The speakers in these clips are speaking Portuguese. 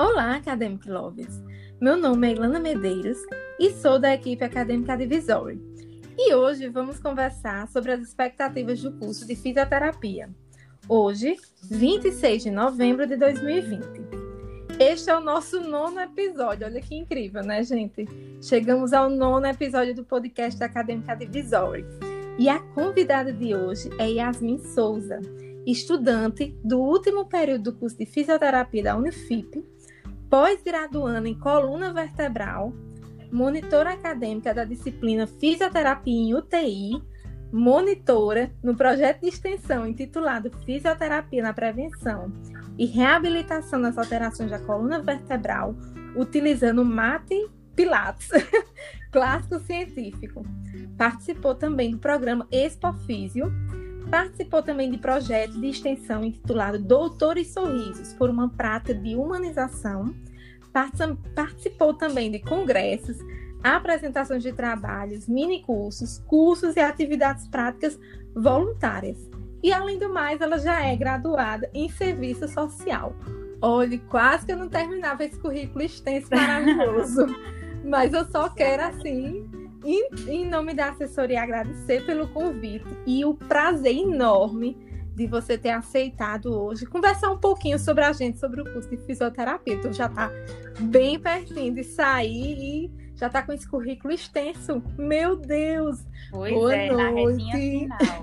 Olá, Academic Lovers! Meu nome é Ilana Medeiros e sou da equipe acadêmica Divisory. E hoje vamos conversar sobre as expectativas do curso de Fisioterapia. Hoje, 26 de novembro de 2020. Este é o nosso 9º episódio. Olha que incrível, né, gente? Chegamos ao 9º episódio do podcast da Acadêmica Divisory. E a convidada de hoje é Yasmin Souza, estudante do último período do curso de Fisioterapia da Unifip, pós-graduanda em coluna vertebral, monitora acadêmica da disciplina Fisioterapia em UTI, monitora no projeto de extensão intitulado Fisioterapia na Prevenção e Reabilitação das Alterações da Coluna Vertebral, utilizando MAT Pilates, clássico científico. Participou também do programa Expofísio. Participou também de projeto de extensão intitulado Doutores Sorrisos, por uma prática de humanização. Participou também de congressos, apresentações de trabalhos, minicursos, cursos e atividades práticas voluntárias. E, além do mais, ela já é graduada em serviço social. Olha, quase que eu não terminava esse currículo extenso maravilhoso. Mas eu só quero, assim, em nome da assessoria, agradecer pelo convite e o prazer enorme de você ter aceitado hoje conversar um pouquinho sobre a gente, sobre o curso de fisioterapia. Tu já está bem pertinho de sair e já está com esse currículo extenso. Meu Deus! Pois Boa é, noite. na retinha final.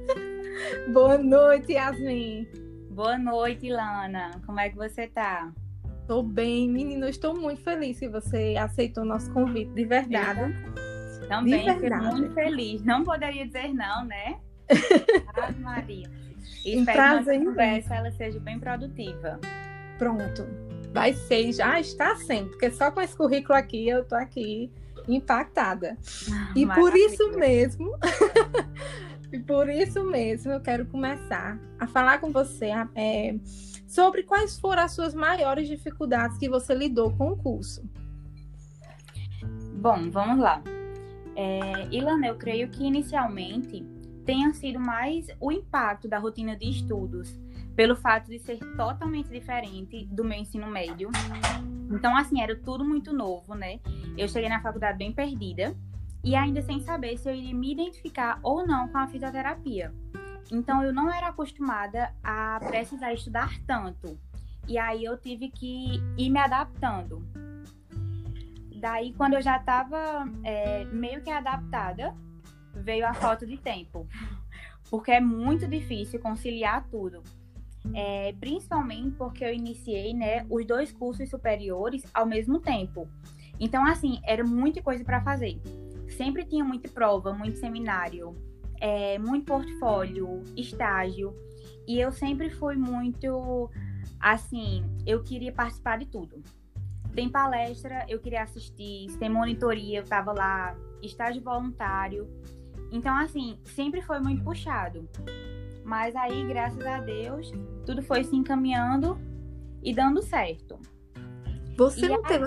Boa noite, Yasmin. Boa noite, Ilana. Como é que você tá? Estou bem, menina. Eu estou muito feliz que você aceitou o nosso convite, de verdade. Também fico muito feliz. Não poderia dizer não, né? Ave Maria. Espero que a nossa conversa ela seja bem produtiva. Pronto. Vai ser, já está sendo, porque só com esse currículo aqui eu tô aqui impactada. E por isso mesmo, eu quero começar a falar com você sobre quais foram as suas maiores dificuldades que você lidou com o curso. Bom, vamos lá. Ilana, eu creio que inicialmente tenha sido mais o impacto da rotina de estudos, pelo fato de ser totalmente diferente do meu ensino médio. Então, assim, era tudo muito novo, né? Eu cheguei na faculdade bem perdida e ainda sem saber se eu iria me identificar ou não com a fisioterapia. Então, eu não era acostumada a precisar estudar tanto. E aí, eu tive que ir me adaptando. Daí, quando eu já estava meio que adaptada, veio a falta de tempo. Porque é muito difícil conciliar tudo. Principalmente porque eu iniciei, né, os 2 cursos superiores ao mesmo tempo. Então, assim, era muita coisa para fazer. Sempre tinha muita prova, muito seminário, muito portfólio, estágio. E eu sempre fui muito, assim, eu queria participar de tudo. Tem palestra, eu queria assistir. Se tem monitoria, eu estava lá. Estágio voluntário. Então, assim, sempre foi muito puxado. Mas aí, graças a Deus, tudo foi se encaminhando e dando certo. Você não teve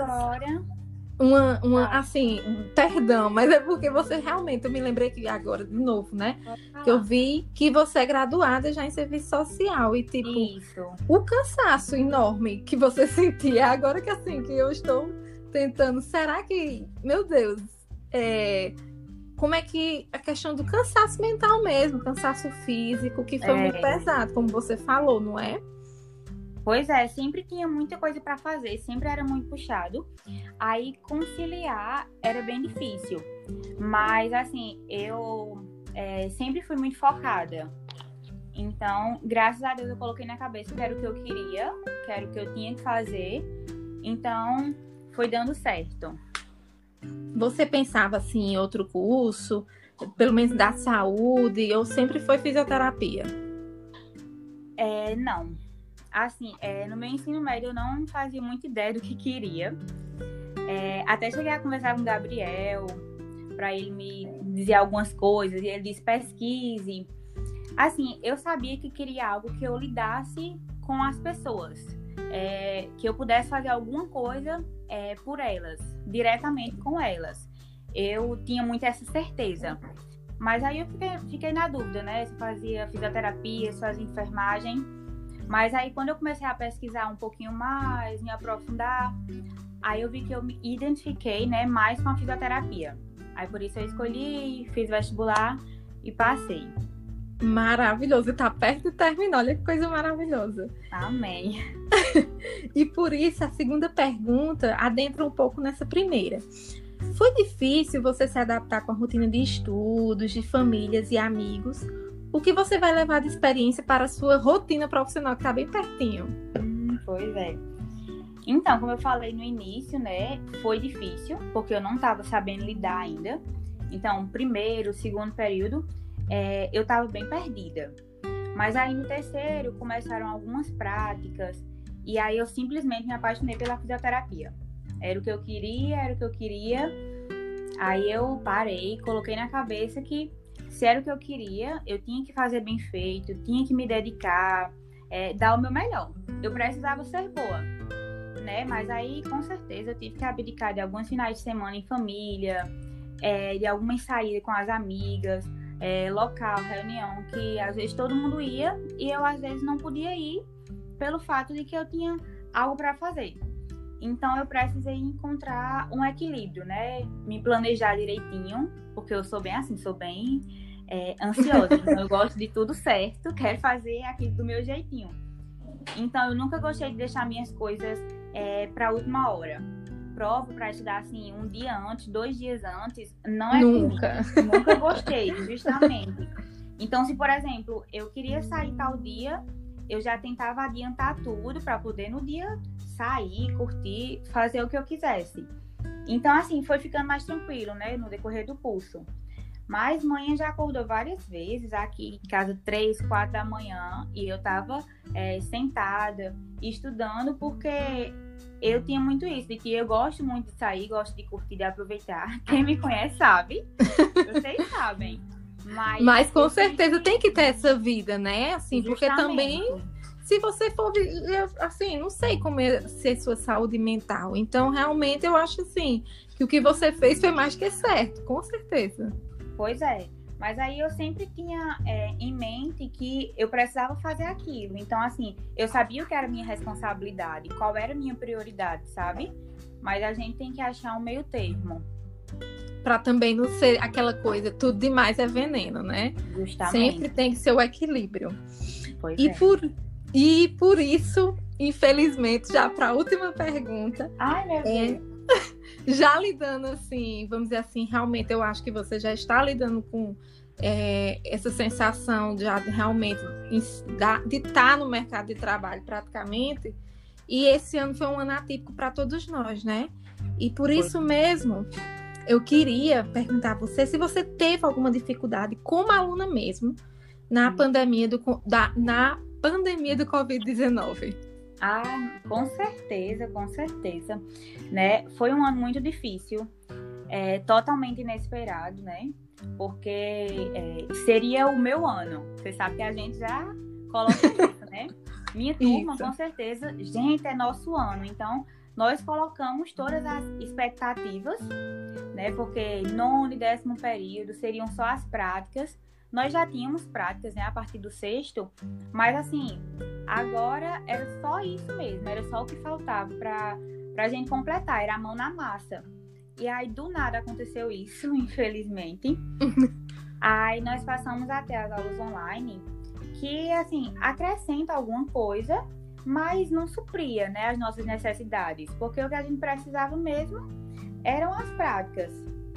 assim, perdão, mas é porque você realmente, eu me lembrei que agora, de novo, né? Que eu vi que você é graduada já em serviço social e, tipo, isso. O cansaço enorme que você sentia, agora que, assim, que eu estou tentando, será que, meu Deus, como é que a questão do cansaço mental mesmo, cansaço físico, que foi muito pesado, como você falou, não é? Pois é, sempre tinha muita coisa para fazer, sempre era muito puxado. Aí conciliar era bem difícil. Mas, assim, eu sempre fui muito focada. Então, graças a Deus, eu coloquei na cabeça que era o que eu queria, que era o que eu tinha que fazer. Então, foi dando certo. Você pensava, assim, em outro curso, pelo menos da saúde, ou sempre foi fisioterapia? Não. Assim, no meu ensino médio eu não fazia muita ideia do que queria. Até cheguei a conversar com o Gabriel, para ele me dizer algumas coisas, e ele disse, pesquise. Assim, eu sabia que queria algo que eu lidasse com as pessoas, que eu pudesse fazer alguma coisa por elas, diretamente com elas. Eu tinha muito essa certeza. Mas aí eu fiquei na dúvida, né? Se fazia fisioterapia, se fazia enfermagem. Mas aí, quando eu comecei a pesquisar um pouquinho mais, me aprofundar, aí eu vi que eu me identifiquei, né, mais com a fisioterapia. Aí, por isso, eu escolhi, fiz vestibular e passei. Maravilhoso, tá perto de terminar, olha que coisa maravilhosa. Amém. E por isso, a segunda pergunta adentra um pouco nessa primeira. Foi difícil você se adaptar com a rotina de estudos, de famílias e amigos? O que você vai levar de experiência para a sua rotina profissional, que tá bem pertinho? Pois é. Então, como eu falei no início, né, foi difícil, porque eu não estava sabendo lidar ainda. Então, primeiro, segundo período, eu estava bem perdida. Mas aí no terceiro começaram algumas práticas e aí eu simplesmente me apaixonei pela fisioterapia. Era o que eu queria. Aí eu parei, coloquei na cabeça que se era o que eu queria, eu tinha que fazer bem feito, tinha que me dedicar, dar o meu melhor. Eu precisava ser boa, né? Mas aí, com certeza, eu tive que abdicar de alguns finais de semana em família, de algumas saídas com as amigas, local, reunião, que às vezes todo mundo ia e eu às vezes não podia ir pelo fato de que eu tinha algo para fazer. Então eu precisei encontrar um equilíbrio, né? Me planejar direitinho, porque eu sou bem assim, sou bem ansiosa. Então eu gosto de tudo certo, quero fazer aquilo do meu jeitinho. Então eu nunca gostei de deixar minhas coisas para a última hora. Prova para estudar assim um dia antes, 2 dias antes, não é Nunca. comigo. Nunca gostei, justamente. Então, se por exemplo, eu queria sair tal dia, eu já tentava adiantar tudo para poder no dia sair, curtir, fazer o que eu quisesse. Então, assim, foi ficando mais tranquilo, né, no decorrer do curso. Mas manhã já acordou várias vezes aqui em casa, 3, 4 da manhã, e eu tava sentada, estudando, porque eu tinha muito isso, de que eu gosto muito de sair, gosto de curtir, de aproveitar. Quem me conhece sabe, vocês sabem. Mas com certeza tem que ter essa vida, né? Assim, justamente. Porque também, se você for, assim, não sei como é ser sua saúde mental. Então, realmente, eu acho assim, que o que você fez foi mais que certo, com certeza. Pois é. Mas aí eu sempre tinha em mente que eu precisava fazer aquilo. Então, assim, eu sabia o que era minha responsabilidade, qual era a minha prioridade, sabe? Mas a gente tem que achar um meio termo. Pra também não ser aquela coisa, tudo demais é veneno, né? Justamente. Sempre tem que ser o equilíbrio. Pois E por isso, infelizmente, já para a última pergunta. Ai, meu Deus. Já lidando assim, vamos dizer assim, realmente eu acho que você já está lidando com essa sensação de realmente de estar no mercado de trabalho praticamente. E esse ano foi um ano atípico para todos nós, né? E por isso mesmo, eu queria perguntar a você se você teve alguma dificuldade como aluna mesmo na pandemia do Covid-19. Ah, com certeza, né? Foi um ano muito difícil, totalmente inesperado, né? Porque seria o meu ano. Você sabe que a gente já coloca isso, né? Minha turma, Isso. Com certeza, gente, é nosso ano. Então, nós colocamos todas as expectativas, né? Porque 9º e 10º período seriam só as práticas. Nós já tínhamos práticas, né, a partir do 6º, mas assim, agora era só isso mesmo, era só o que faltava pra gente completar, era a mão na massa. E aí, do nada, aconteceu isso, infelizmente. Aí nós passamos até as aulas online, que, assim, acrescenta alguma coisa, mas não supria, né, as nossas necessidades, porque o que a gente precisava mesmo eram as práticas.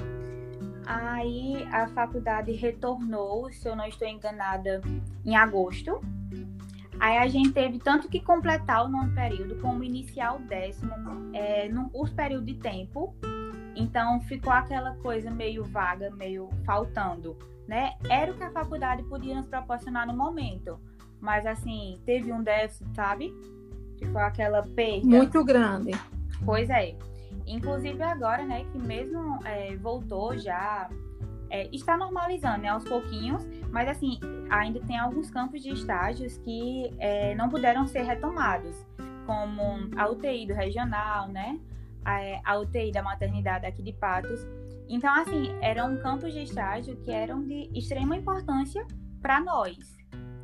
Aí a faculdade retornou, se eu não estou enganada, em agosto. Aí a gente teve tanto que completar o 9º período como iniciar o 10º num curto período de tempo. Então ficou aquela coisa meio vaga, meio faltando, né? Era o que a faculdade podia nos proporcionar no momento. Mas assim, teve um déficit, sabe? Ficou aquela perda. Muito grande. Pois é. Inclusive agora, né, que mesmo voltou já, está normalizando, né, aos pouquinhos, mas assim, ainda tem alguns campos de estágios que não puderam ser retomados, como a UTI do regional, né, a UTI da maternidade aqui de Patos. Então, assim, eram campos de estágio que eram de extrema importância para nós.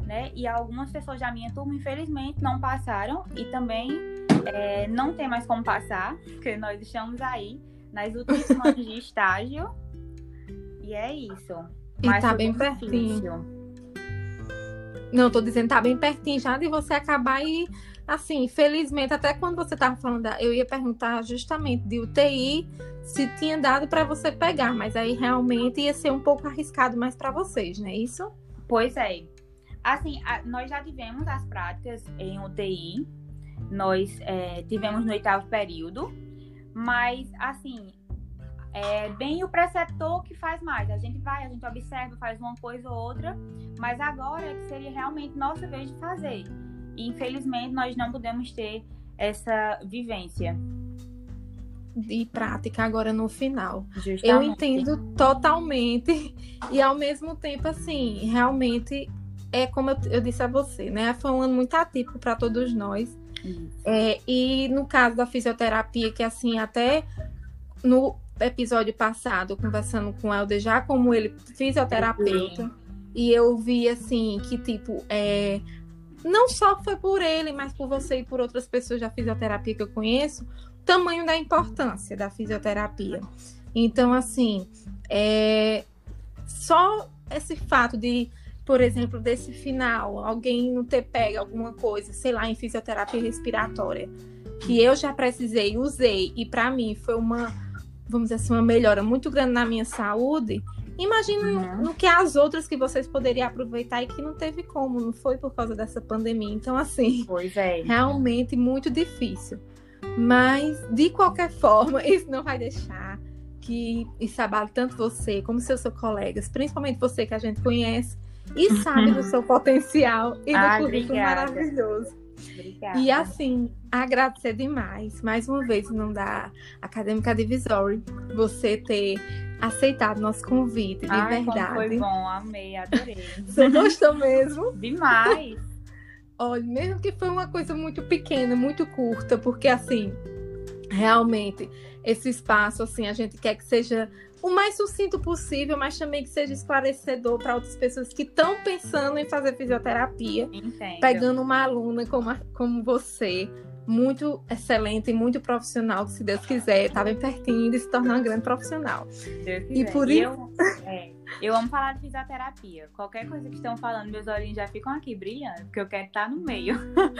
né? E algumas pessoas da minha turma, infelizmente, não passaram e também não tem mais como passar, porque nós estamos aí nas últimas semanas de estágio. E é isso. E tá bem pertinho. Não, tô dizendo, tá bem pertinho já de você acabar e, assim, infelizmente, até quando você tava falando, eu ia perguntar justamente de UTI, se tinha dado para você pegar, mas aí realmente ia ser um pouco arriscado mais para vocês, não é isso? Pois é. Assim, nós já tivemos as práticas em UTI, nós tivemos no 8º período, mas, assim, é bem o preceptor que faz mais. A gente vai, a gente observa, faz uma coisa ou outra, mas agora é que seria realmente nossa vez de fazer. E, infelizmente, nós não podemos ter essa vivência de prática agora no final. Justamente. Eu entendo totalmente e ao mesmo tempo, assim, realmente é como eu disse a você, né? Foi um ano muito atípico para todos nós. E no caso da fisioterapia, que assim, até no episódio passado, conversando com o Helder, já como ele fisioterapeuta, e eu vi assim que tipo, não só foi por ele, mas por você e por outras pessoas da fisioterapia que eu conheço, o tamanho da importância da fisioterapia. Então, assim, só esse fato de, por exemplo, desse final, alguém não ter pego alguma coisa, sei lá, em fisioterapia respiratória, que eu já precisei, usei, e para mim foi uma, vamos dizer assim, uma melhora muito grande na minha saúde. Imagina no que as outras que vocês poderiam aproveitar e que não teve como, não foi por causa dessa pandemia. Então, assim, realmente muito difícil. Mas, de qualquer forma, isso não vai deixar que isso abale tanto você como seus colegas, principalmente você que a gente conhece e sabe do seu potencial e do currículo maravilhoso. Obrigada. E assim, agradecer demais, mais uma vez, em nome da Acadêmica Divisory, você ter aceitado nosso convite, de verdade. Foi bom, amei, adorei. Você gostou mesmo? Demais! Olha, mesmo que foi uma coisa muito pequena, muito curta, porque assim, realmente, esse espaço, assim, a gente quer que seja o mais sucinto possível, mas também que seja esclarecedor para outras pessoas que estão pensando em fazer fisioterapia. Entendo. Pegando uma aluna como você, muito excelente e muito profissional, que se Deus quiser, tá bem pertinho de se tornar uma grande profissional. E por isso... Eu amo falar de fisioterapia. Qualquer coisa que estão falando, meus olhinhos já ficam aqui brilhando, porque eu quero estar no meio.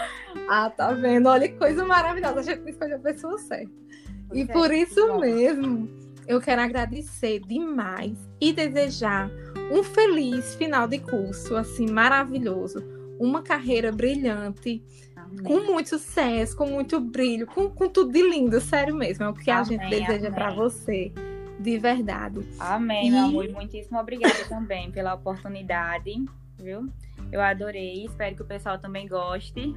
Tá vendo? Olha que coisa maravilhosa, a gente escolheu a pessoa certa. E por isso mesmo, eu quero agradecer demais e desejar um feliz final de curso, assim, maravilhoso. Uma carreira brilhante, com muito sucesso, com muito brilho, com tudo de lindo, sério mesmo. É o que a gente deseja para você, de verdade. Amém, meu amor. Muitíssimo obrigada também pela oportunidade, viu? Eu adorei, espero que o pessoal também goste.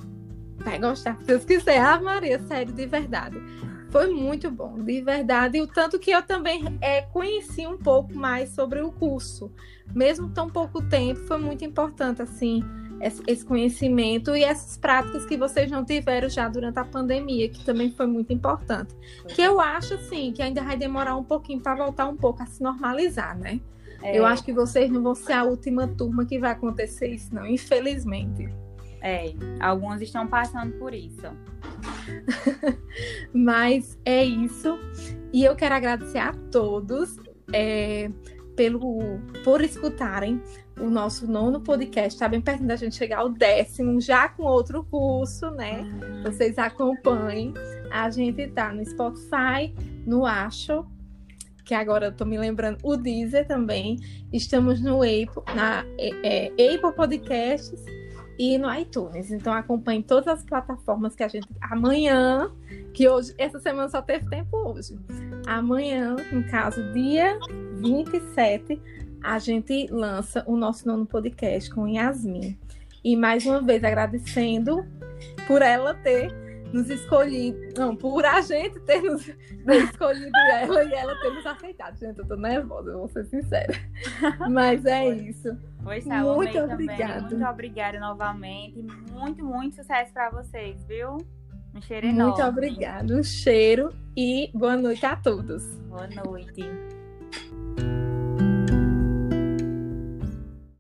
Vai gostar, se Deus quiser. Maria, sério, de verdade. Foi muito bom, de verdade. E o tanto que eu também conheci um pouco mais sobre o curso. Mesmo tão pouco tempo, foi muito importante, assim, esse conhecimento e essas práticas que vocês não tiveram já durante a pandemia, que também foi muito importante. Que eu acho, assim, que ainda vai demorar um pouquinho para voltar um pouco a se normalizar, né? Eu acho que vocês não vão ser a última turma que vai acontecer isso, não, infelizmente. Algumas estão passando por isso. Mas é isso. E eu quero agradecer a todos por escutarem o nosso 9º podcast. Está bem perto da gente chegar ao 10º, já com outro curso, né? Vocês acompanhem. A gente tá no Spotify, no Acho, que agora eu tô me lembrando, o Deezer também. Estamos no Apple Podcasts e no iTunes. Então acompanhe todas as plataformas que a gente... Amanhã, que hoje, essa semana só teve tempo hoje. Amanhã, no caso, dia 27, a gente lança o nosso 9º podcast com Yasmin. E mais uma vez agradecendo por ela ter nos escolhido, não, por a gente ter nos escolhido ela e ela ter nos aceitado. Gente, eu tô nervosa, eu vou ser sincera. Mas é isso. Muito obrigada. Muito obrigada novamente. Muito, muito sucesso para vocês, viu? Um cheiro enorme. Muito obrigada. Um cheiro e boa noite a todos. Boa noite.